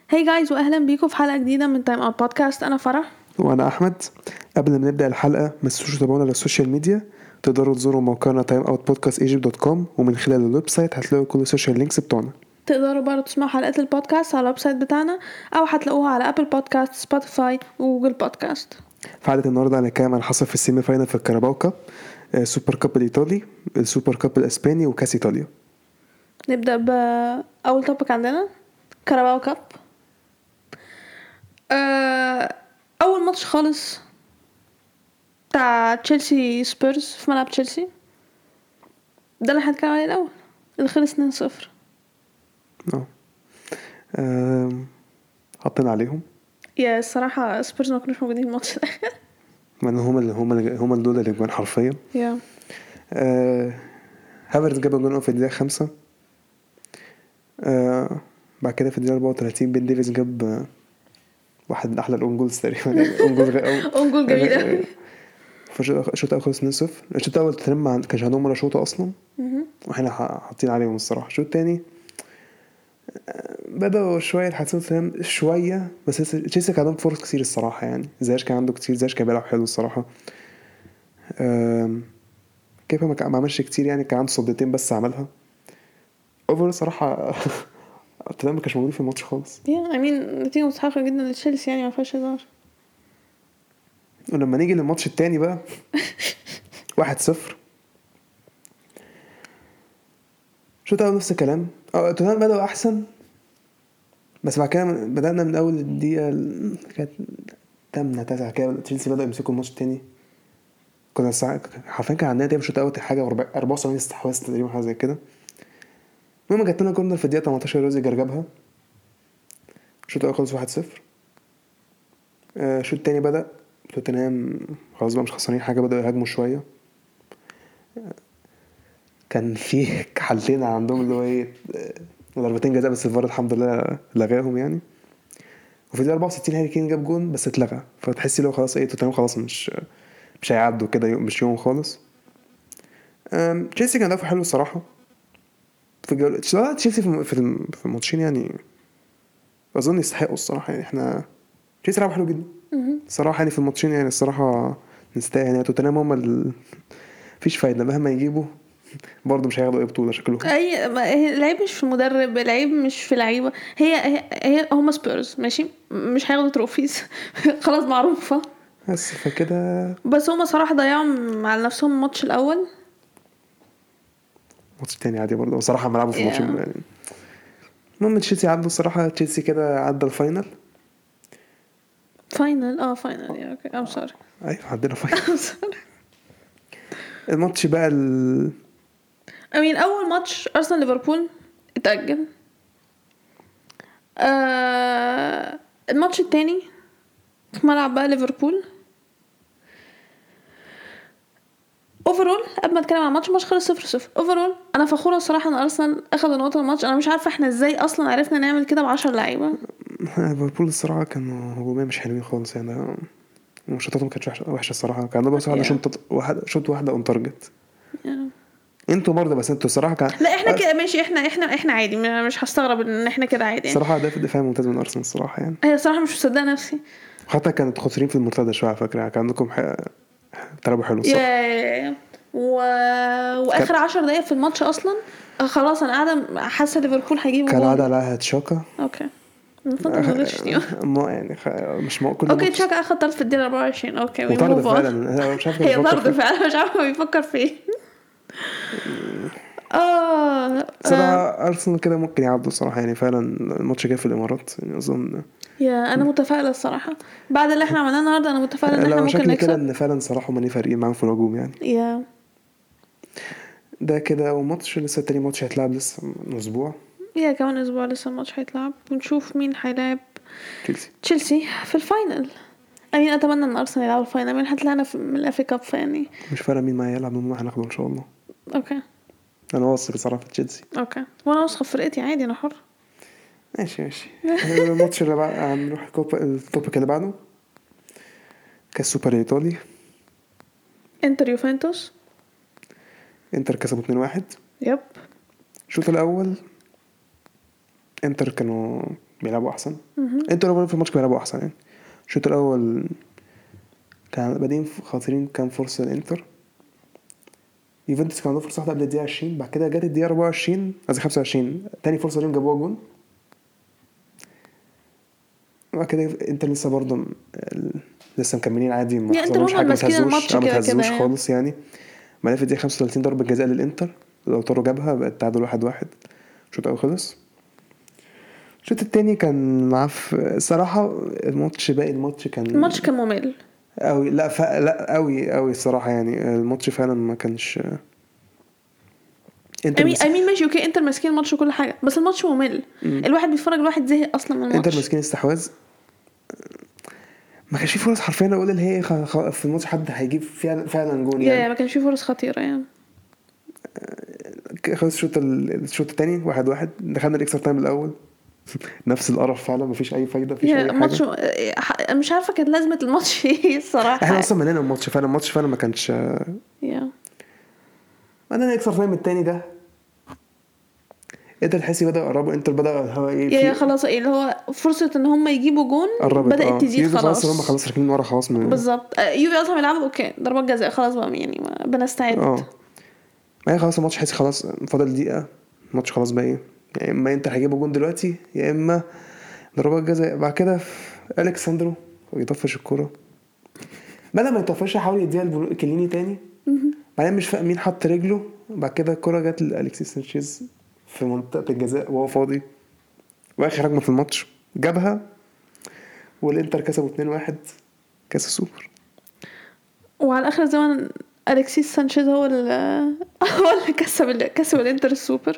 هاي جايز واهلا بيكم في حلقه جديده من تايم اوت بودكاست. انا فرح وانا احمد. قبل ما نبدا الحلقه ما تنسوش تتابعونا على السوشيال ميديا. تقدروا تزوروا موقعنا timeoutpodcastegypt.com ومن خلال الويب سايت هتلاقوا كل السوشيال لينكس بتوعنا. تقدروا برضه تسمعوا حلقات البودكاست على الويب سايت بتاعنا او هتلاقوها على ابل بودكاست سبوتيفاي وجوجل بودكاست. في حلقه النهارده هنتكلم عن حصل في السيمي فاينل في الكاراباو كاب، سوبر كاب الايطالي، السوبر كاب الاسباني، وكاس ايطاليا. نبدا باول توبيك عندنا كاراباو كاب. اول ماتش خالص بتاع تشيلسي سبيرز في ملعب تشيلسي، ده اللي هنتكلم عليه الاول، اللي خلص 2-0. حطينا عليهم يا الصراحه سبيرز ما كانوش موجودين الماتش ده. من هم دول اللي جوان حرفيا. يا هافرز جاب جون في الدقيقه 5. بعد كده في الدقيقه 34 بين ديفيز جاب واحد من احلى الاونجولز تقريبا، يعني اونجول جميل قوي. فالشوط الاول خلص 2-0. الشوط الاول تترم ما كانش عندهم ولا شوطه اصلا، واحنا حاطين عليهم الصراحه. الشوط الثاني بدأوا شويه يتحسنوا تمام شويه، بس تشيلسي كان عندهم فرص كتير الصراحه، يعني زياش كان عنده كتير، زياش كان بيلعب حلو الصراحه. كيف ما عملش كتير، يعني كان عنده صدتين بس عملها. اوفر الصراحه تمام ما كانش موجود في الماتش خالص. نتيجه مستحقه جدا لتشيلسي، يعني ما فيهاش هزار. ولما نيجي للماتش التاني بقى 1-0. شو تعمل نفس الكلام. توتنهام بدأوا أحسن، بس بعد كده بدأنا من أول الدقيقة كانت 8-9 كده تشيلسي بدأوا يمسكوا الماتش التاني. كنا حرفيا كان عندنا تقريبا شوط أول حاجة 74 استحواذ تقريبا، حاجة زي كده. المهم جات لنا كورنر في الدقيقة 18 روزيجر جابها. الشوط الأول خلص 1-0. الشوط التاني بدأ توتنهام خلاص بقى مش خسرانين حاجة، بدأوا يهاجموا شوية. كان في حالتين عندهم اللي هو ايه، ضربتين جزاء بس الفار الحمد لله لغاهم يعني. وفي الدقيقة 64 هاري كين جاب جون بس اتلغى، فتحسي لو خلاص ايه توتنهام خلاص مش هيعدوا كده، مش يوم خالص. تشيلسي كان دافع حلو الصراحة في الجولة. تشيلسي في الماتشين يعني أظن يستحقوا الصراحة، يعني احنا تشيلسي لعب حلو جدا الصراحة، يعني في الماتشين يعني الصراحة نستاهل. يعني توتنهام هم فيش فايدة مهما يجيبوا برضه مش هياخدوا اي بطولة شكلهم. العيب مش في المدرب، العيب مش في لعيبه، هي هم سبيرز ماشي مش هياخدوا تروفيز. خلاص معروفه. بس فكده بس هم صراحه ضيعوا على نفسهم الماتش الاول. الماتش التاني عادي برضه بصراحة ملعبوا في الماتش يعني. المهم تشيلسي عدوا الصراحة، تشيلسي كده عدى الفاينل. فاينل يا اوكي ام سوري. ايوه عدينا فاينل. الماتش بقى اول ماتش ارسنال ليفربول اتأجل. الماتش التاني في ملعب بقى ليفربول. اوفرول قبل ما اتكلم عن الماتش خلص 0-0. اوفرول انا فخوره الصراحه ان ارسنال اخذ نقطه الماتش. انا مش عارفه احنا ازاي اصلا عرفنا نعمل كده ب10 لعيبه. ليفربول الصراحة كانوا هجوميا مش حلوين خالص يعني. شوطاتهم كانت وحشة الصراحة. كان بس شوط واحدة اون تارجت. انتوا برضه بس انتوا الصراحة كان لا احنا كده ماشي، احنا عادي، مش هستغرب ان احنا كده عادي يعني. الصراحة دفاع ممتاز من ارسنال الصراحة يعني. هي الصراحه مش مصدقه نفسي. حتى كانت خسرين في المرتدة شوية على فكرة، كان عندكم تلعبوا حلو الصراحة. واخر 10 دقايق في الماتش اصلا خلاص انا قاعده حاسه ليفربول هيجيبوا كان جول. عاد عليها تشاكا. اوكي المفروض ما نغلطش دي. ما يعني مش كل اوكي تشاكا اخد طرد في الدقيقه 24. اوكي وطرد فعلا. مش عارف هي طرد فعلا، مش عارفه بيفكر في ايه. صراحة أرسنال كده ممكن يعدوا الصراحة، يعني فعلا الماتش جاي في الإمارات يعني أظن. انا متفائله الصراحه بعد اللي احنا عملناه النهارده. انا متفائله ان احنا ممكن شكل نكسب كده ان فعلا صراحة ماني فارقين معاهم في الهجوم يعني. ده كده. وماتش لسه تاني ماتش هيتلعب لسه من اسبوع. كمان اسبوع لسه الماتش هيتلعب ونشوف مين هيلاعب تشيلسي في الفاينل. اتمنى ان ارسنال يلعب الفاينل، مين هتلاقينا من الافي كاب يعني. مش فارقه مين ما يلعب، المهم هناخده ان شاء الله. اوكي انا واثق بصراحه في تشيلسي. اوكي وانا واثقه في فرقتي عادي، انا حر. ماشي الماتش اللي بعد هنروح التوبيك اللي بعده. كاس سوبر ايطالي. انتر يوفنتوس. انتر كسبوا 2-1. يب. الشوط الاول انتر كانوا بيلعبوا احسن. انتر برضه في الماتش بيلعبوا احسن يعني. الشوط الاول كان بادئين خاطرين، كان فرصه الانتر. يوفنتوس كان عنده فرصه واحده قبل الدقيقه 20، بعد كده جت الدقيقه 24 قصدي 25 تاني فرصه ليهم جابوها جون. بعد كده انت لسه برضه لسه مكملين عادي، ما يا انتر حصلهمش هما حاجه، ما ماسكين تهزوش الماتش ما كده كده تهزوش يعني. خالص يعني. بعدين في الدقيقه 35 ضربه جزاء للانتر، لو طاروا جابها بقى التعادل 1-1. الشوط الاول خلص. الشوط التاني كان الصراحه الماتش، باقي الماتش كان الماتش كان ممل قوي. لا قوي الصراحه يعني. الماتش فعلا ما كانش انتر امين ماشي اوكي، انتر ماسكين الماتش وكل حاجه، بس الماتش ممل. الواحد بيتفرج، الواحد زهق اصلا من انتر الماتش. ماسكين استحواذ. ما كانش في فرص حرفيا اقول اللي هي في الماتش حد هيجيب فعلا جون يعني. ما كانش فيه فرص خطيره يعني. خلص الشوط الثاني 1-1. دخلنا الاكسترا تايم الاول. نفس القرف فعلا، مفيش اي فايده، مفيش اي ماتش حاجه. مش عارفه كانت لازمه الماتش ايه الصراحه. احنا اصلا مننا الماتش فعلا ما كانش. يا انا الاكسترا تايم الثاني ده انت تحسي بدا يقربوا، انتر بدا هو ايه يا في خلاص ايه اللي هو فرصه ان هم يجيبوا جون قربت. بدات تزيد يوفي خلاص، هم خلاص. خلاص راكنين ورا خلاص بالظبط. يوفي اصلا بيلعبوا اوكي ضربات جزاء خلاص بقى يعني، ما بنستعد. ما هي خلاص الماتش حسي خلاص، فاضل دقيقه الماتش خلاص بقى ايه. يا اما انتر هيجيبوا جون دلوقتي، يا اما ضربات جزاء. بعد كده الكساندرو يطفش الكرة، بدل ما يطفشها حاول يديها كليني تاني. بعدين مش فاهم مين حط رجله. بعد كده الكرة جت لأليكسيس سانشيز في منطقة الجزاء وهو فاضي، واخر هجمة في الماتش جابها، والانتر كسبوا 2-1 كاس السوبر. وعلى اخر زمان اليكسيس سانشيز هو اللي هو اللي كسب الانتر السوبر.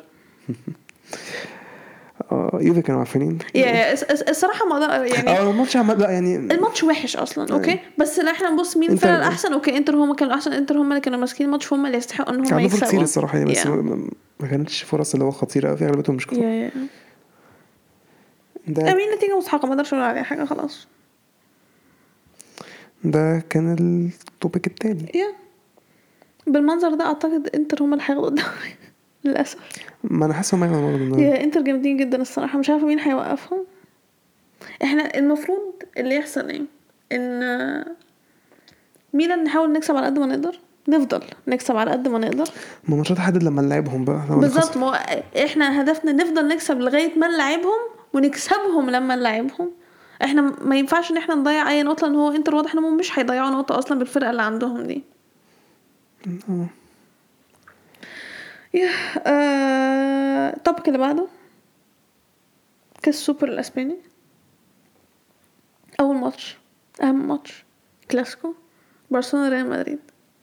يوفي كانوا عارفين. الصراحه ما يعني الماتش لا يعني الماتش وحش اصلا اوكي، بس لا احنا نبص مين فعلا الاحسن. اوكي انتر هم كانوا الاحسن، انتر هم اللي كانوا ماسكين الماتش، هم اللي يستحقوا ان هم كانوا فرص كتير يكسبوا الصراحه يعني. بس ما كانتش فرص اللي هو خطيره، في اغلبيتهم مش خطيره. ده امين نتيجه مستحقه، ما اقدرش اقول عليها حاجه خلاص. ده كان التوبيك التاني. بالمنظر ده اعتقد انتر هم اللي هياخدوا الدوري للاسف. ما انا حاسه ما ياخدوا انتر جامدين جدا الصراحه، مش عارفه مين هيوقفهم. احنا المفروض اللي يحصل ايه، ان ميلان نحاول نكسب على قد ما نقدر، نفضل نكسب على قد ما نقدر. ما ماتشات تحدد لما نلعبهم بقى بالظبط. ما احنا هدفنا نفضل نكسب لغايه ما نلعبهم، ونكسبهم لما نلعبهم. احنا ما ينفعش ان احنا نضيع اي نقطه، لان هو انتر واضح انهم مش هيضيعوا نقطه اصلا بالفرقه اللي عندهم دي. التوبيك اللي بعده كاس السوبر الاسباني. اول ماتش، اهم ماتش، كلاسيكو برشلونه ريال مدريد.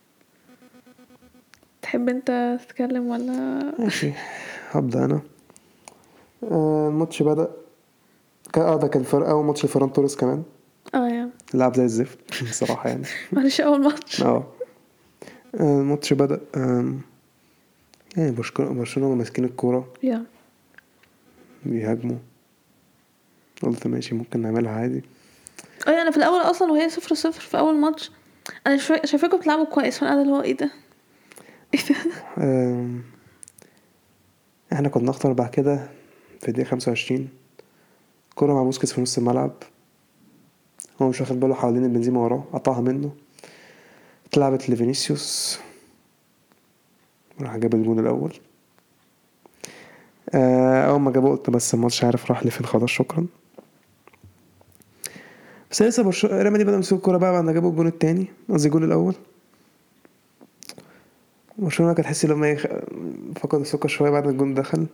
تحب انت تتكلم ولا؟ ماشي هبدا انا. الماتش بدا ده كان فرق اول ماتش لفيران توريس كمان. لعب زي الزفت بصراحه يعني. معلش اول ماتش. الماتش بدا يعني برشلونه ماسكين الكوره بيهاجموا. قلت ماشي ممكن نعملها عادي. انا في الاول اصلا وهي 0-0 في اول ماتش، انا شايفاكم بتلعبوا كويس، فانا اللي هو ايه ده احنا كنا نخطر. بعد كده في الدقيقه 25 كرة مع بوسكيتس في نص الملعب، هو مش واخد باله حوالين البنزيمة وراه، قطعها منه، اتلعبت لفينيسيوس، راح جاب الجون الاول. اول ما جابه قلت بس الماتش عارف راح لفين، خلاص شكرا. بس لسه ريال مدريد بدأ يمسك الكوره بقى بعد ما جابوا الجون الثاني، قصدي الجون الاول. برشلونه كانت تحس لما فقد الثقه شويه بعد الجون دخل.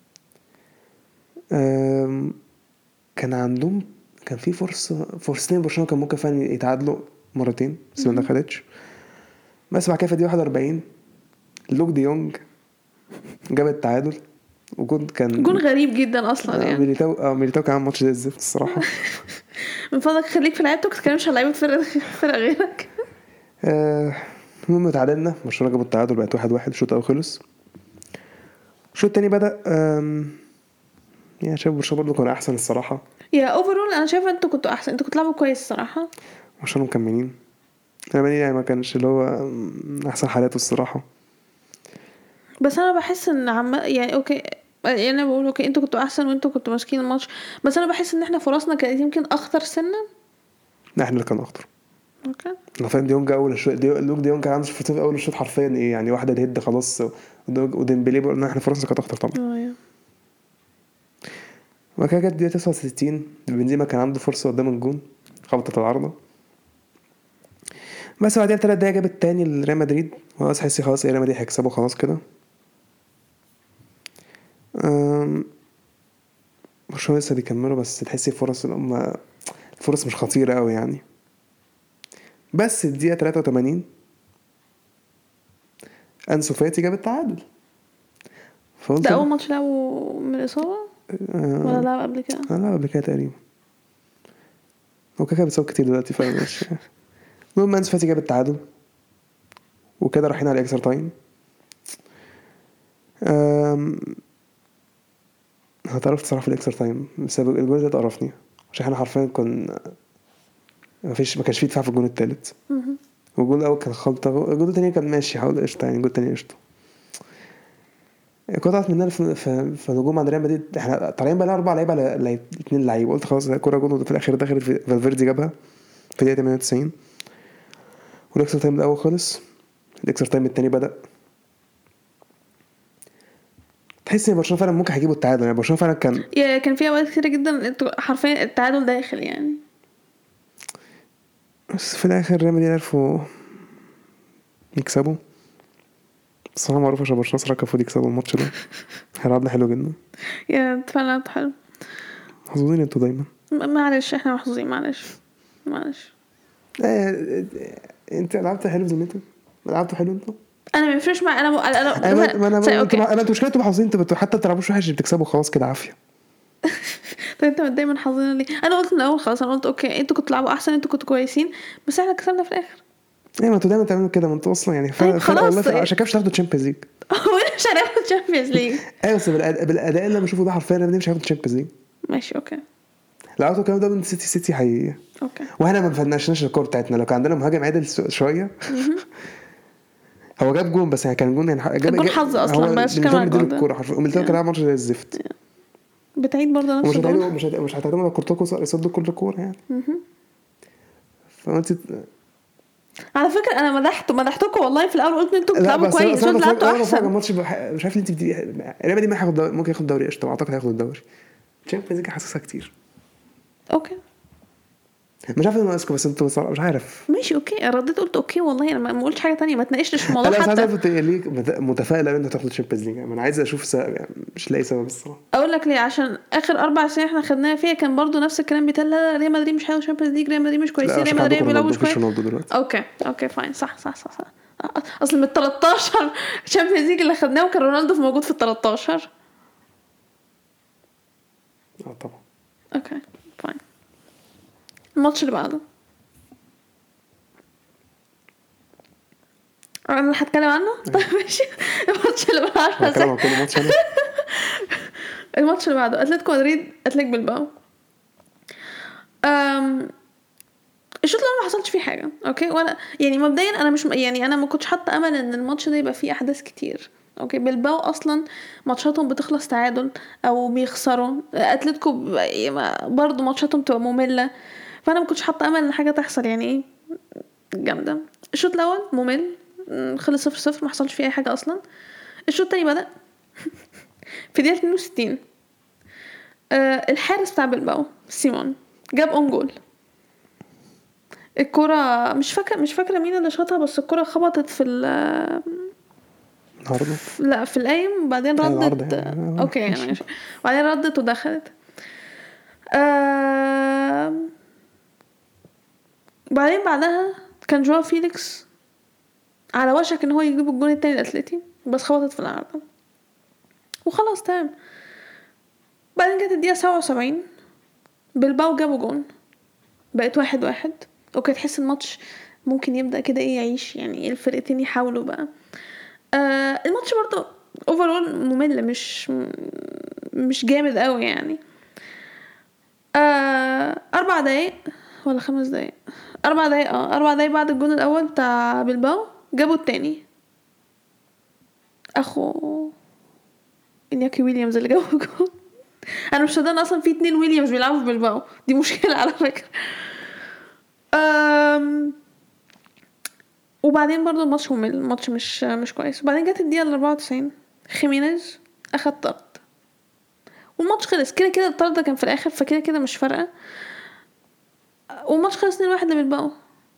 كان عندهم كان في فرصتين برشلونه كان ممكن فعلا يتعادلوا مرتين، بس ما دخلتش. بس بعد كده في دي 41 لوك دي يونج جاب التعادل، وجون كان جون غريب جدا اصلا يعني. ميليتاو كان عامل ماتش زي الزفت الصراحه. من فضلك خليك في لعيبتك، ما تتكلمش على لعيبه فرق غيرك. المهم تعادلنا، برشلونه جابوا التعادل، بقت 1-1. الشوط الاول خلص. الشوط الثاني بدا يعني شايف برشلونه برضه كان احسن الصراحه. اوفرول انا شايفه انتوا كنتوا احسن، انتوا كنتوا لعبوا كويس الصراحه. برشلونه مكملين يعني ما كانش اللي هو احسن حالاته الصراحه. بس انا بحس ان يعني اوكي يعني انا بقول اوكي انتوا كنتوا احسن وانتوا كنتوا ماسكين الماتش، بس انا بحس ان احنا فرصنا كانت يمكن اخطر سنه. لا احنا اللي كان اخطر. اوكي عارفين ديونج اول شوط، لوك ديونج كان عنده فرصتين في اول الشوط حرفيا ايه يعني، واحده الهيد خلاص وديمبلي قلنا احنا فرصنا كانت اخطر طبعا. ايوه وبعد كده جت الدقيقه 69 بنزيما كان عنده فرصه قدام الجون، خبطت العارضه، بس بعدين 3 دقايق جاب التاني لريال مدريد، خلاص حسي خلاص ريال مدريد هيكسبوا خلاص كده. برشلونه لسه بيكملوا بس تحسي الفرص مش خطيره قوي يعني. بس الدقيقه 83 انسو فاتي جاب التعادل. ده اول ماتش لعبه من الاصابه ولا لعب قبل كده؟ لا قبل كده تقريبا، هو كده بيتصاب كتير دلوقتي فمش المهم انسو فاتي جاب التعادل وكده رايحين على الاكسترا تايم. هتعرف تصرف في الاكسترا تايم بسبب الجول ده قرفني، عشان احنا حرفيا كنا ما كانش فيه دفاع في الجول الثالث، والجول الاول كان خلطه، الجول الثاني كان ماشي حاول قشطه يعني، الجول الثاني قشطه قطعت مننا في هجوم عند ريال مدريد. احنا طالعين بقى 4 لعيبه على 2 لعيبه، قلت خلاص الكوره جول في الاخر دخلت في فالفيردي جابها في دقيقه 98 والاكسترا تايم الاول خلص. الاكسترا تايم الثاني بدا، تحس ان برشلونه فعلا ممكن هيجيبوا التعادل يعني. برشلونه فعلا كان في اوقات كتير جدا حرفيا التعادل داخل يعني، بس في الاخر ريال مدريد عرفوا يكسبوا. الصراحه معروف عشان برشلونه صراحه كفوا يكسبوا الماتش ده. هيلعبنا حلو جدا يا فعلا حلو. محظوظين انتوا دايما. معلش احنا محظوظين، معلش انت لعبت حلو زميلتك، لعبت حلو انتوا. انا ما يفرقش مع انا انتوا مشكلتوا محظوظين انتوا حتى ما تلعبوش وحش بتكسبوا خلاص كده عافيه. طب انت دايما حظنا ليه؟ انا قلت من الاول خلاص، انا قلت اوكي انتوا كنتوا تلعبوا احسن، انتوا كنتوا كويسين، بس احنا كسبنا في الاخر. ايه ما انتوا دايما تعملوا كده، ما انتوا اصلا يعني خلاص عشان كده مش هتاخدوا تشامبيونز ليج. وانا مش هناخد تشامبيونز ليج. ايوه بس بالاداء اللي انا بشوفه ده حرفيا انا مش هاخد تشامبيونز ليج. ماشي اوكي لو عملتوا الكلام ده من سيتي اوكي. واحنا ما فنشناش الكوره بتاعتنا. لو كان عندنا مهاجم عادل شويه هو جاب جون بس يعني كان جون يعني جون حظ اصلا، بس كمان الجون الكوره حرفيا وميليتاو كان لعب ماتش زي الزفت. بتعيد برضه نفس الجون، مش هتعتمد على كورتوا يصد كل الكوره يعني. فانت على فكره انا مدحتكم والله في الاول، قلت ان انتوا بتلعبوا كويس، انتوا لعبتوا احسن. الماتش مش عارف انت ريال مدريد ممكن ياخد دوري قشطه، اعتقد هياخد الدوري. تشامبيونز ليج حاسسها كتير. اوكي مش عارف انا اسكو بس انتوا بصراحه مش عارف. ماشي اوكي رديت قلت اوكي والله، انا ما قلتش حاجه تانية، ما تناقشتش في الموضوع حتى. انا عايز ليك متفائله ان انت تاخد الشامبيونز ليج يعني. انا عايز اشوف سبب يعني، مش لاقي سبب الصراحه. اقول لك ليه، عشان اخر 4 سنين احنا خدناها فيها كان برضو نفس الكلام بيتقال، لا ريال مدريد مش هياخد الشامبيونز ليج، ريال مدريد مش كويسين، ريال مدريد بيلعبوا مش كويس. اوكي فاين صح اصل من 13 شامبيونز ليج اللي خدناه كان رونالدو موجود في ال 13. طبعا اوكي فاين. الماتش اللي بعده انا اللي هتكلم عنه. طيب ماشي. الماتش اللي بعده الماتش اللي بعده اتلتيكو مدريد اتلتيك بلباو. الشوط الاول ما حصلش فيه حاجه اوكي، ولا يعني مبدئيا انا مش يعني انا ما كنتش حاطه امل ان الماتش ده يبقى فيه احداث كتير. اوكي بلباو اصلا ماتشاتهم بتخلص تعادل او بيخسروا، اتلتيكو برضو ماتشاتهم تبقى ممله، فانا ما كنتش حاطه امل ان حاجه تحصل يعني ايه جامده. الشوط الاول ممل خلص 0-0 ما حصلش فيه اي حاجه اصلا. الشوط الثاني بدا في دقيقه 62 الحارس بتاع بلباو سيمون جاب اون جول. الكرة مش فاكرة مين اللي شاطها، بس الكرة خبطت في لا في القايم وبعدين ردت يعني. اوكي يعني وبعدين ردت ودخلت. بعدين بعدها كان جواو فيليكس على وشك ان هو يجيب الجون التاني الاتليتي، بس خبطت في العارضة وخلاص تمام. بعدين جت الدقيقة 77 بلباو جابوا جون، بقت 1-1. اوكي تحس الماتش ممكن يبدأ كده ايه يعيش يعني، الفرقتين يحاولوا بقى. الماتش برضو اوفرول ممل، مش جامد قوي يعني. 4 دقايق ولا 5 دقايق، 4 دقايق 4 دقايق بعد الجون الاول بتاع بلباو جابوا التاني. اخو انياكي ويليامز اللي جابوا جول. انا مش صدقان اصلا في 2 ويليامز بيلعبوا في بلباو، دي مشكله على فكره. وبعدين برضو الماتش ممل، الماتش مش كويس. وبعدين جت الدقيقه 94 خيمينيز اخد طرد والماتش خلص. كده كده الطرد ده كان في الاخر، فكده كده مش فارقه. والماتش خلص 2-1 لبلباو.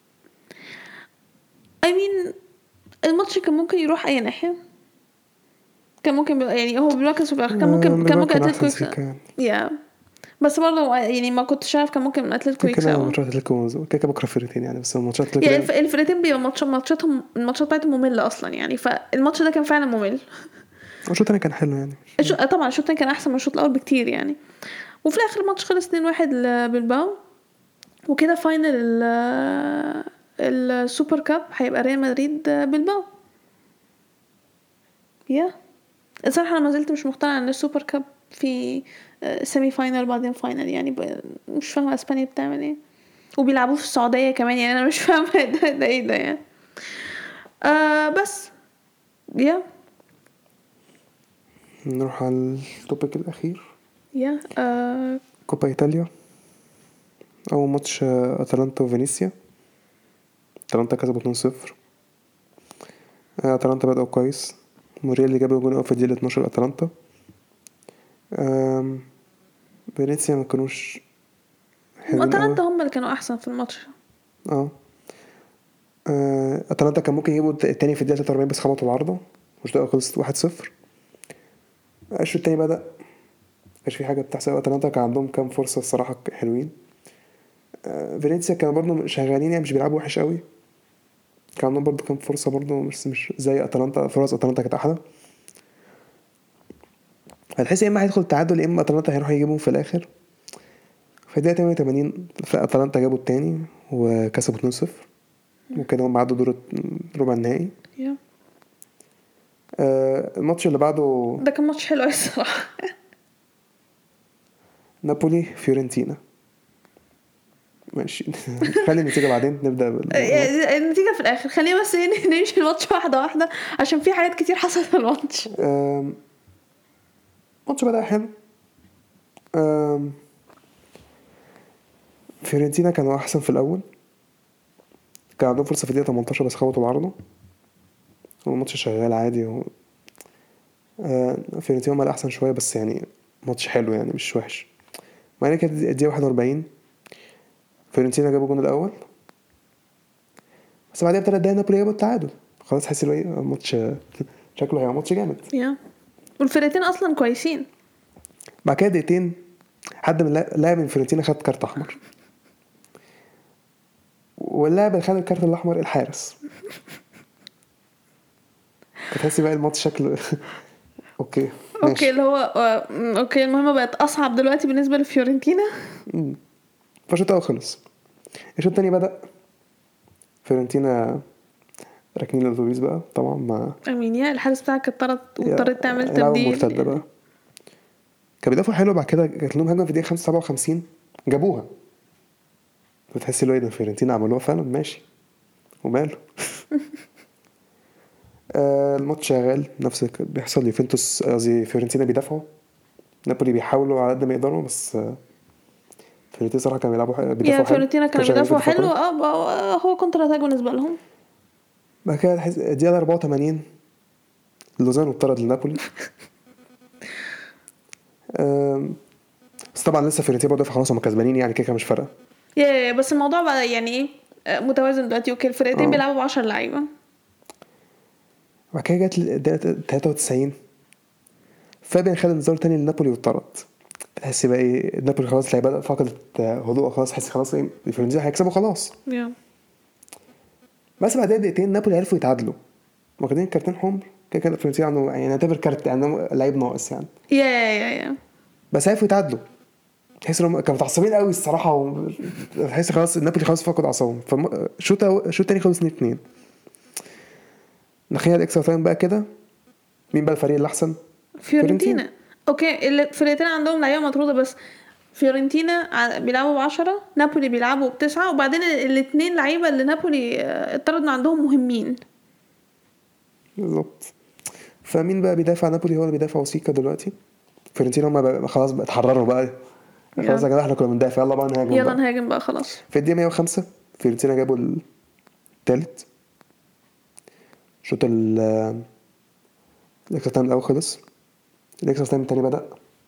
I mean الماتش كان ممكن يروح اي ناحيه. كان ممكن يعني هو بالواقع في الاخر كان ممكن اتلتيكو يكسب. يا بس برضه يعني ما كنتش عارف، كان ممكن اتلتيكو كده يكسب. ماتشات اتلتيكو كده بكره فرقتين يعني، بس الماتشات يعني اتلتيكو الفرقتين بيبقى ماتشاتهم الماتشات بتاعتهم ممله اصلا يعني. فالماتش ده كان فعلا ممل. الشوط الثاني كان حلو يعني. طبعا الشوط الثاني كان احسن من الشوط الاول بكتير يعني. وفي الاخر الماتش خلص 2-1 لبلباو. وكده فاينل السوبر كاب هيبقى ريال مدريد بلباو. يا الصراحه انا ما زلت مش مقتنعه ان السوبر كاب في سيمي فاينل بعدين فاينل يعني. مش فاهمه اسبانيا بتعمل ايه، وبيلعبوه في السعوديه كمان يعني. انا مش فاهمه ده ايه ده يعني. بس يا نروح على التوبيك الاخير. يا كوبا ايطاليا. اول ماتش اتلانتا وفينيسيا. اتلانتا كسبوا 2-0. اتلانتا بدأوا كويس. موريال اللي جاب الجون في الدقيقة 12 اتلانتا. فينيسيا ما كانوش حلوين قوي. اتلانتا هم اللي كانوا احسن في الماتش. اتلانتا كان ممكن يجيبوا التاني في الدقيقة 43 بس خبطوا العارضة. مش ده خلصت 1-0. الشوط التاني بدأ مش في حاجة بتحصل. اتلانتا كان عندهم كام فرصة الصراحة حلوين. فينيسيا كانوا برضو شغالين يعني، مش بيلعبوا وحش قوي. كان عندهم برضو كام فرصة برضو مش زي اتلانتا. فرص اتلانتا كانت احلى. هتحس يا اما هيدخل تعادل يا اما اتلانتا هيروح يجيبهم في الاخر. في الدقيقة 88 في اتلانتا جابوا التاني وكسبوا 2-0. وكده هم عدوا دور ربع النهائي. الماتش اللي بعده ده كان ماتش حلو الصراحه. نابولي فيورنتينا. ماشي. خلي النتيجة بعدين نبدأ النتيجه في الاخر. خلينا بس نمشي الماتش واحده واحده عشان في حاجات كتير حصلت في الماتش. الماتش بدأ حلو. فيورنتينا كانوا احسن في الاول. كان عندهم فرصة في الدقيقة 18 بس خبطوا العارضة. والماتش شغال عادي فيورنتينا هم الأحسن شوية بس يعني ماتش حلو يعني مش وحش. معنى كده الدقيقة 41 فيورنتينا جابوا الجون الأول. بس بعدها ب3 دقايق نابولي جابوا التعادل. خلاص حس له ايه الماتش شكله هيبقى ماتش جامد. والفرقتين أصلا كويسين. بعد كده دقيقتين حد من لاعب من فيورنتينا خد كارت أحمر. واللاعب اللي خد الكارت الأحمر الحارس. تحسي بقى الماتش شكله اوكي اللي هو اوكي المهمة بقت اصعب دلوقتي بالنسبة لفيورنتينا. فالشوط الاول خلص. الشوط الثاني بدأ فيورنتينا راكنين الاتوبيس بقى طبعا مع امين. الحارس بتاعك اضطرت تعمل تبديل مرتدة بقى. كان بيدافعوا حلو. بعد كده جات لهم هجمه في الدقيقه 57 جابوها. بتحسي له ايه ده فيورنتينا عملوها فعلا ماشي وماله. الماتش شغال نفس بيحصل. يوفنتوس قصدي فيورنتينا بيدافعوا. نابولي بيحاولوا على قد ما يقدروا بس فيورنتينا صراحه كانوا بيلعبوا بيدافعوا حلو. فيورنتينا كانوا بيدافعوا حلو. هو كونتر اتاك بالنسبه لهم. بعد كده الدقيقه 84 لوزانو اتطرد لنابولي. بس طبعا لسه فيورنتينا برضه خلاص هم كسبانين يعني كده مش فارقه. بس الموضوع بقى يعني ايه متوازن دلوقتي. اوكي الفرقتين بيلعبوا ب10 لعيبه. بعد كده جت الدقيقه 93 فابين خد انذار تاني لنابولي واتطرد. تحسي بقى ايه نابولي خلاص لعيبه فقدت هدوء خلاص. حسي خلاص ايه الفرنسيين هيكسبوا خلاص. بس بعد دقيقتين نابولي عرفوا يتعادلوا. واخدين كارتين حمر كده الفرنسيين عنده يعني نعتبر كارت يعني لعيب ناقص يعني. يا بس عرفوا يتعادلوا. تحس انهم كانوا متعصبين قوي الصراحه تحس خلاص نابولي خلاص فقد اعصابهم. شوط تاني خلص 2-2. دخلنا الاكسترا تايم بقى كده. مين بقى الفريق اللي احسن؟ فيورنتينا. اوكي الفرقتين عندهم لعيبه مطروده بس فيورنتينا بيلعبوا ب10 نابولي بيلعبوا ب9. وبعدين الاثنين لعيبه اللي نابولي اتطردوا عندهم مهمين بالظبط. فمين بقى بيدافع؟ نابولي هو اللي بيدافع وسيكا دلوقتي. فيورنتينا هم خلاص بقى اتحرروا بقى، خلاص يا جماعه احنا كنا بندافع، يلا بقى نهاجم يلا بقى. نهاجم بقى خلاص. في الدقيقه 105 فيورنتينا جابوا الثالث. شوط الاكسترا تايم الاول خلص، الاكسترا تايم الثاني بدا،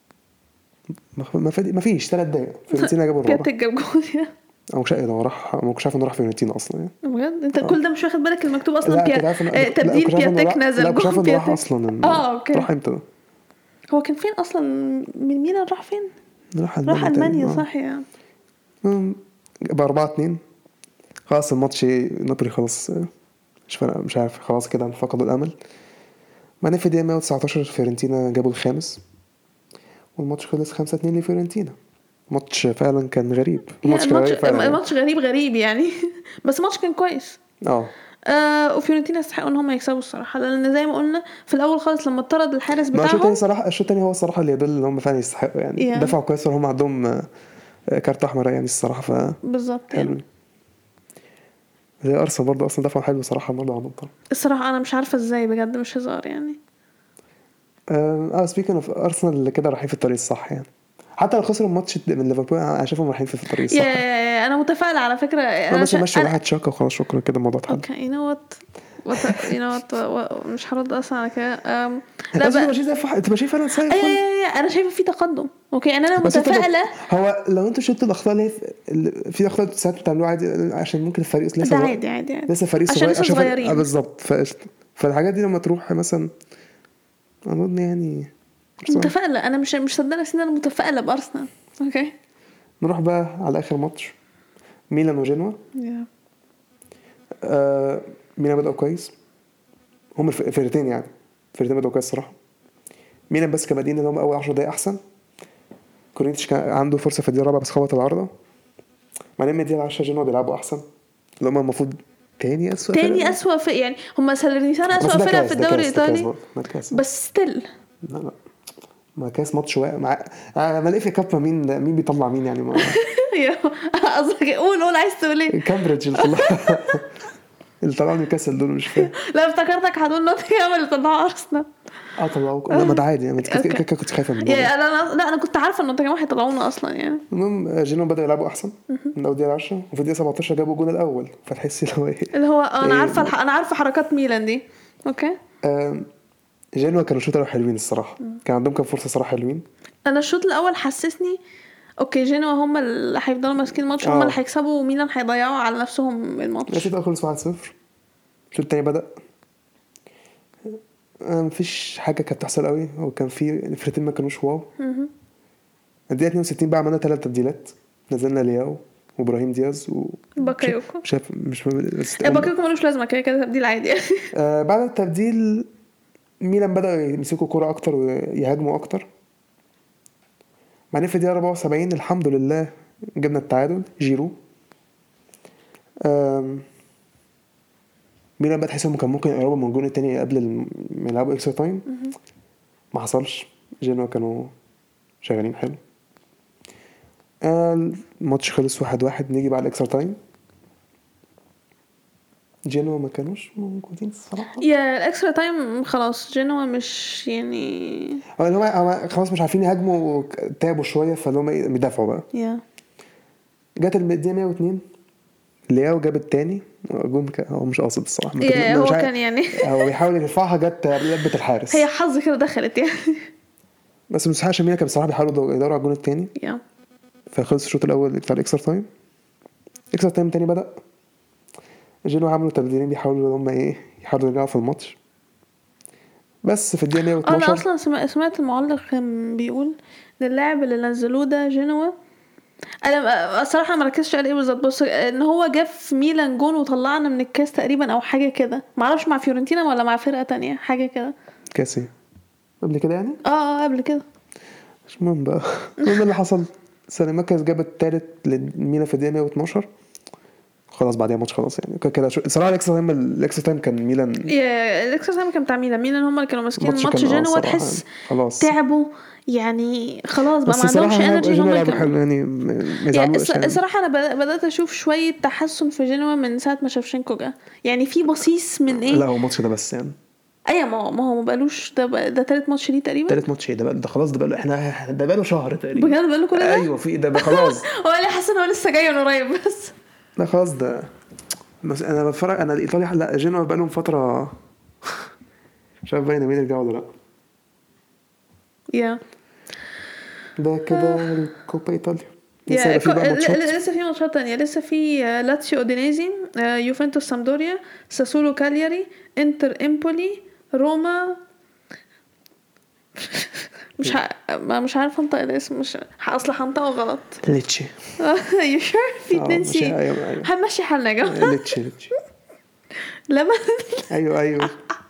ما فيش 3 دقايق فيورنتينا جابوا الرابع. بيتك جاب جول يا انا مش عارف ما كنتش عارف انه راح فيورنتينا اصلا يعني. بجد انت كل ده مش واخد بالك المكتوب اصلا لا كنت عارف لا تبديل كنت عارف انه بياتك لا نزل كنت عارف جول انه راح بياتك. اصلا. اوكي. راح امتى ده؟ هو كان فين اصلا؟ من ميلان راح فين؟ راح راح المانيا تقريباً. صح يعني. ب 4-2 خلاص الماتش. نابولي خلاص مش فارق، مش عارف، خلاص كده فقدوا الامل. بعدين في الدقيقه 119 فيورنتينا جابوا الخامس، والماتش خلص 5-2 لفيورنتينا. ماتش فعلا كان غريب، الماتش كان غريب فعلا يعني. الماتش غريب يعني بس الماتش كان كويس. وفيورنتينا يستحقوا ان هم يكسبوا الصراحه، لان زي ما قلنا في الاول خالص لما اتطرد الحارس ما الشوط بتاعهم. الثاني صراحه، الشوط الثاني هو الصراحه اللي يدل ان هم فعلا يستحقوا يعني. دفعوا كويس وهم عندهم كارت احمر يعني الصراحه. بالظبط يعني. زي ارسنال برضه اصلا دفعوا حلو صراحه برضه عن الطرف. الصراحه انا مش عارفه ازاي بجد، مش هزار يعني. سبيكينج اوف ارسنال اللي كده رايحين في الطريق الصح يعني. حتى لو خسروا الماتش من ليفربول انا شايفهم رايحين في الطريق الصح. انا متفائله على فكره. انا بس ماشي واحد شاكه وخلاص شكرا كده الموضوع اتحل. اوكي يو نو وات مش هرد اصلا على كده. لا بس ماشي زي انت ماشي فعلا سايف. انا شايفه في تقدم. اوكي انا متفائله. هو لو انتوا شلتوا الاخطاء اللي في اخطاء ساعات بتعملوها عادي عشان ممكن الفريق لسه عادي لسه فريق عشان لسه صغيرين. بالظبط. فالحاجات دي لما تروح مثلا اظن يعني متفائله. انا مش صدقني ان انا متفائله بارسنال. اوكي نروح بقى على اخر ماتش، ميلان وجنوا. ميلان بدأوا كويس، هم الفرقتين يعني الفرقتين بدأوا كويس صراحه. ميلان بس كبدين ان هم اول 10 دقايق احسن. كورينتش كان عنده فرصه في الدقيقه الرابعه بس خبط العارضه. بعدين من الدقيقه 10 جنوا بيلعبوا احسن، اللي هم المفروض تاني أسوأ في يعني هم سالرنيتانا أسوأ فرقة في الدوري الإيطالي بس ستيل. لا ما كاس ماتش مع ما لقيت في كابا مين بيطلع مين يعني ما قصدك قول عايز تقول ايه؟ كامبريدج اللي طلعوا نيوكاسل دول مش فاهم. لا افتكرتك هتقول نوتنجهام اللي طلعوا ارسنال. طلعوا لا ما ده عادي يعني كنت خايفه من انا كنت عارفه ان نوتنجهام هيطلعونا اصلا يعني. المهم جينو بدأوا يلعبوا احسن من اول دقيقه 10 وفي الدقيقه 17 جابوا الجول الاول. فتحسي اللي هو انا عارفه حركات ميلان دي. اوكي جينو كانوا شوطه حلوين الصراحه. كان عندهم كام فرصه صراحه حلوين. انا الشوط الاول حسسني اوكي جينوا هم اللي هيفضلوا ماسكين الماتش، هم اللي هيكسبوا وميلان هيضيعوا على نفسهم الماتش. الشوط الاول خلص 1-0. الشوط الثاني بدأ مفيش حاجه كانت تحصل قوي، وكان في الفرقتين ما كانوش واو. الدقيقه 62 بقى عملنا 3 تبديلات، نزلنا لياو وابراهيم دياز باكايوكو. شايف مش باكايوكو ملوش لازمه كده تبديل عادي يعني. بعد التبديل ميلان بدأوا يمسكوا كرة اكتر ويهاجموا اكتر. بعدين في الدقيقه 74 الحمد لله جبنا التعادل. جيرو ميلان بقى تحس انهم كان ممكن يقربوا من الجون التاني قبل ما يلعبوا اكسترا تايم. ما حصلش. جينوا كانوا شغالين حلو. الماتش خلص 1-1. نيجي بعد الاكسترا تايم جينوا ما كانوش موجودين الصراحه. الاكسترا تايم خلاص جينوا مش يعني هم خلاص مش عارفين يهاجموا، تعبوا شويه فاللي هم بيدافعوا بقى. جت الدقيقه 102 لياو جاب الثاني جون. هو مش قاصد الصراحه. هو كان يعني هو بيحاول يرفعها جت لبت الحارس. هي حظ كده دخلت يعني. بس مش عشان مينا كان بصراحه بيحاولوا يدوروا على الجون الثاني. فخلص الشوط الاول بتاع الاكسترا تايم. الاكسترا تايم الثاني بدا جينوا عملوا تبديلين بيحاولوا هم يحاولوا يرجعوا في الماتش. بس في الدقيقه 112 انا اصلا سمعت المعلق كان بيقول ان اللاعب اللي نزلوه ده جينوا. انا الصراحه ما ركزتش على ايه بالظبط، بس ان هو جاب في ميلان جون وطلعنا من الكاس تقريبا او حاجه كده. ما اعرفش مع فيورنتينا ولا مع فرقه تانية حاجه كده. كاسي قبل كده يعني. قبل كده. مش مهم بقى. اللي حصل سيراميكا جاب الثالث لميلان في الدقيقه 112. خلاص بعدها ماتش خلاص يعني كده. صراحه الاكسترا تايم كان ميلان. الاكسترا تايم كان بتاع ميلان هم اللي كانوا ماسكين الماتش. جنوا تحس تعبوا يعني خلاص بقى ما عندهمش انرجي هم يعني. الصراحه انا بدات اشوف شويه تحسن في جنوا من ساعه ما شافشينكو جه يعني. في بصيص من ايه. لا هو الماتش ده بس يعني ايوه ما هو ما بقالوش ده تالت ماتش ليه تقريبا. تالت ماتش ايه ده بقى؟ ده خلاص ده بقى له احنا ده بقى له شهر تقريبا. بجد بقاله كل ده؟ ايوه في ده بقى خلاص. هو اللي حاسس ان هو لسه جاي من قريب بس. لا خلاص ده. بس انا بتفرج انا الايطاليا لا جينوا بقى لهم فتره. مش عارف باين مين يرجعوا ولا لا. يا ده كده الكوبا ايطاليا. لسه يا هيبقى في بقى ماتشات. لسه في ماتشات تانية. لسه في لاتسيو اودينيزي، يوفنتوس سامدوريا، ساسولو كالياري، انتر امبولي، روما. مش عارفه انطق الاسم، مش اصلا هنطقه غلط. ليتشي. يو شور في اتنين سي. ايوه هنمشي حالنا يا جماعه. ليتشي. لما ايوه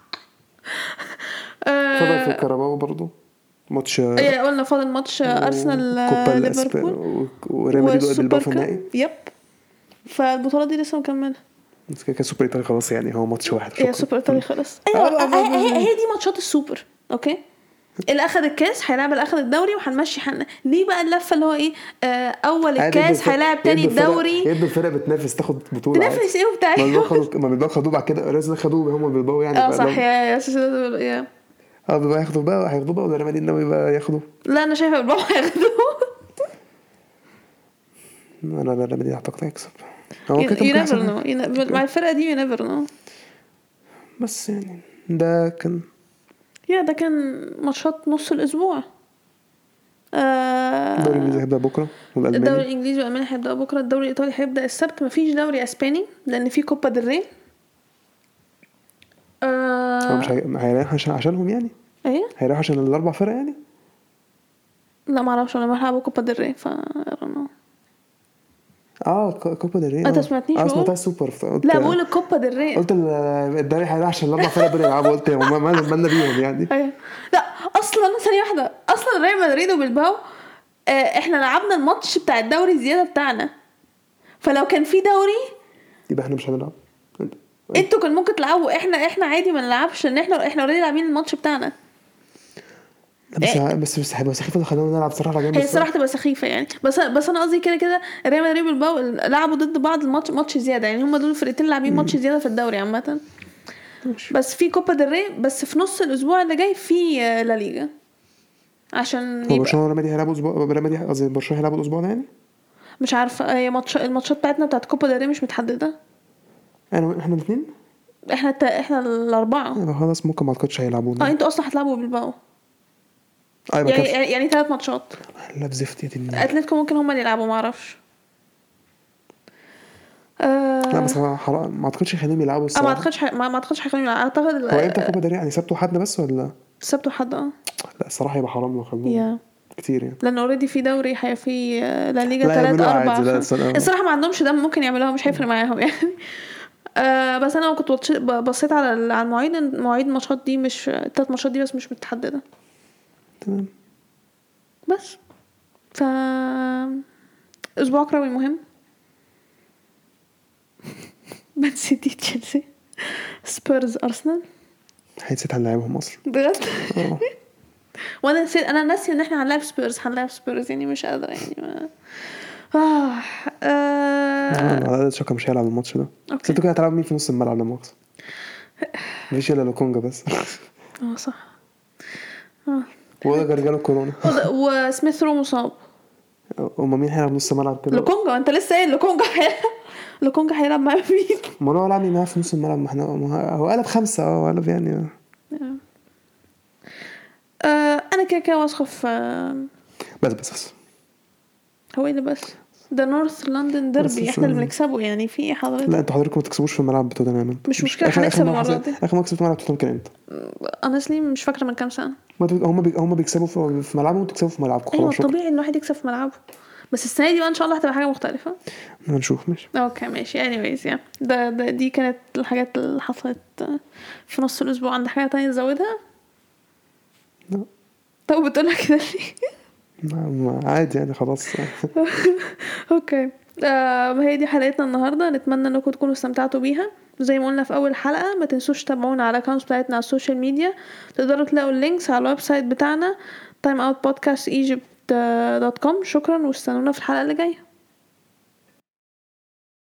فضل في الكاراباو برضو ماتش. قلنا فاضل ماتش ارسنال كوبا ليفربول وريال مدريد والسوبر بالباو في النهائي. يب. فالبطوله دي لسه مكمله. بس كده سوبر ايطالي خلاص يعني هو ماتش واحد يا سوبر ايطالي خلاص. ايوه هي دي ماتشات السوبر. اوكي اللي اخذ الكاس هيلاعب اللي اخذ الدوري وهنمشي حالنا. ليه بقى اللفه اللي هو ايه اول الكاس هيلاعب تاني الدوري. يدوا الفرق بتنافس تاخد بطوله. تنافس ايه وبتاع ما بيبقوا خدوه بعد كده ريال خدوه هم بيبقوا يعني. صح يا سوسيداد يا بيبقى هياخدوا بقى ولا ريال مدريد ناوي بقى ياخدوا. لا انا شايفه بيبقوا هياخدوه. انا ريال مدريد اعتقد هيكسب. هو كده مع الفرقه دي ينيفر نو. بس يعني ده كان ده كان ماتشات نص الاسبوع. الدوري الانجليزي هيبدا بكره والالماني. الدوري الانجليزي والالماني هيبدا بكره. الدوري الايطالي هيبدا السبت. مفيش دوري اسباني لان في كوبا ديل ري. هو مش هيريح عشانهم يعني. ايه هيريح عشان الاربع فرق يعني. لا ما اعرفش انا بلعب كوبا ديل ري كوبا ديل ري. انت سمعتنيش بقول سمعتها سوبر. لا بقول الكوبا ديل ري. قلت الدوري هيريح عشان الاربع فرق دول يلعبوا. قلت مالنا بيهم يعني. لا اصلا ثانيه واحده. اصلا ريال مدريد وبالباو احنا لعبنا الماتش بتاع الدوري الزياده بتاعنا. فلو كان في دوري يبقى احنا مش هنلعب. انتوا كان ممكن تلعبوا. احنا عادي ما نلعبش لان احنا اوريدي لاعبين الماتش بتاعنا. بس هيبقى سخيفه خلينا نلعب صراحه جامد. هي الصراحه تبقى سخيفه يعني. بس انا قصدي كده ريال مدريد بالباو لعبوا ضد بعض ماتش زياده يعني. هم دول الفرقتين لاعبين ماتش زياده في الدوري عامه. بس في كوبا ديل ري بس في نص الاسبوع اللي جاي في لا ليغا عشان برشلونه وريال مدريد هيلعبوا اسبوع. ريال مدريد قصدي برشلونه هيلعبوا الاسبوع ده يعني. مش عارفه. هي الماتشات بتاعتنا بتاعت كوبا ديل ري مش متحدده. احنا الاثنين. احنا الاربعه. خلاص ممكن ما اعتقدش هيلعبونا. انتوا اصلا هتلعبوا بالباو. يعني 3 ماتشات. لا بزفت يا دنيا. اتلتيكو ممكن هم اللي يلعبوا ما اعرفش. لا بس ما اعتقدش خليهم يلعبوا الصراحه. ما اعتقدش هيخليهم يلعبوا. اعتقد هو امتى كوبا داري يعني سبت وحدنا بس ولا السبت وحد لا الصراحه يبقى حرام لو خلوهم كتير يعني. لان اوريدي في دوري في لا ليغا 3 4. الصراحه ما عندهمش ده ممكن يعملوها. مش هيفرق معاهم يعني. بس انا كنت بصيت على المواعيد. الماتشات دي مش 3 ماتشات دي بس مش متحدده. تمام. بس اسبوع كروي مهم. مان سيتي تشيلسي سبيرز ارسنال. نسيت هنلعبهم اصلا بجد. وانا نسيت. انا ناسي ان احنا هنلعب سبيرز يعني مش قادره يعني على شكله مش هيلعب الماتش ده. بس انتوا كده هتلعبوا مين في نص الملعب لما اقصد مفيش الا لوكونجا بس. صح. وده جاله كورونا. وسميث رو مصاب. وما مين هيلعب نص الملعب كده؟ لوكونجا. انت لسه قايل لوكونجا هيلعب مع مين؟ ما هو لعب معاه في نص الملعب. ما احنا هو قلب 5. هو قلب يعني انا كده واثقه في بس هو اللي بس ده نورث لندن ديربي. احنا اللي بنكسبه يعني. في حضرتك لا انتوا حضرتكم ما تكسبوش في الملعب بتوتنهام. مش مشكله هنكسب المره دي. اخر ما كسبت ملعب توتنهام كان امتى؟ انا مش فاكره من كام سنه. هم بيكسبوا في ملعبهم وانتوا تكسبوا في ملعبكم. ايوه طبيعي ان الواحد يكسب في ملعبه. بس السنه دي بقى ان شاء الله هتبقى حاجه مختلفه. هنشوف. ماشي اوكي ماشي. anyways دي كانت الحاجات اللي حصلت في نص الاسبوع. عندك حاجه تانية تزودها؟ لا. طب بتقولها كده ليه؟ عادي يعني خلاص. اوكي. هي دي حلقتنا النهارده. نتمنى انكم تكونوا استمتعتوا بيها. زي ما قلنا في اول حلقه ما تنسوش تتابعونا على الاكونتس بتاعتنا على السوشيال ميديا. تقدروا تلاقوا اللينكس على الويب سايت بتاعنا timeoutpodcastegypt.com. شكرا واستنونا في الحلقه اللي جايه.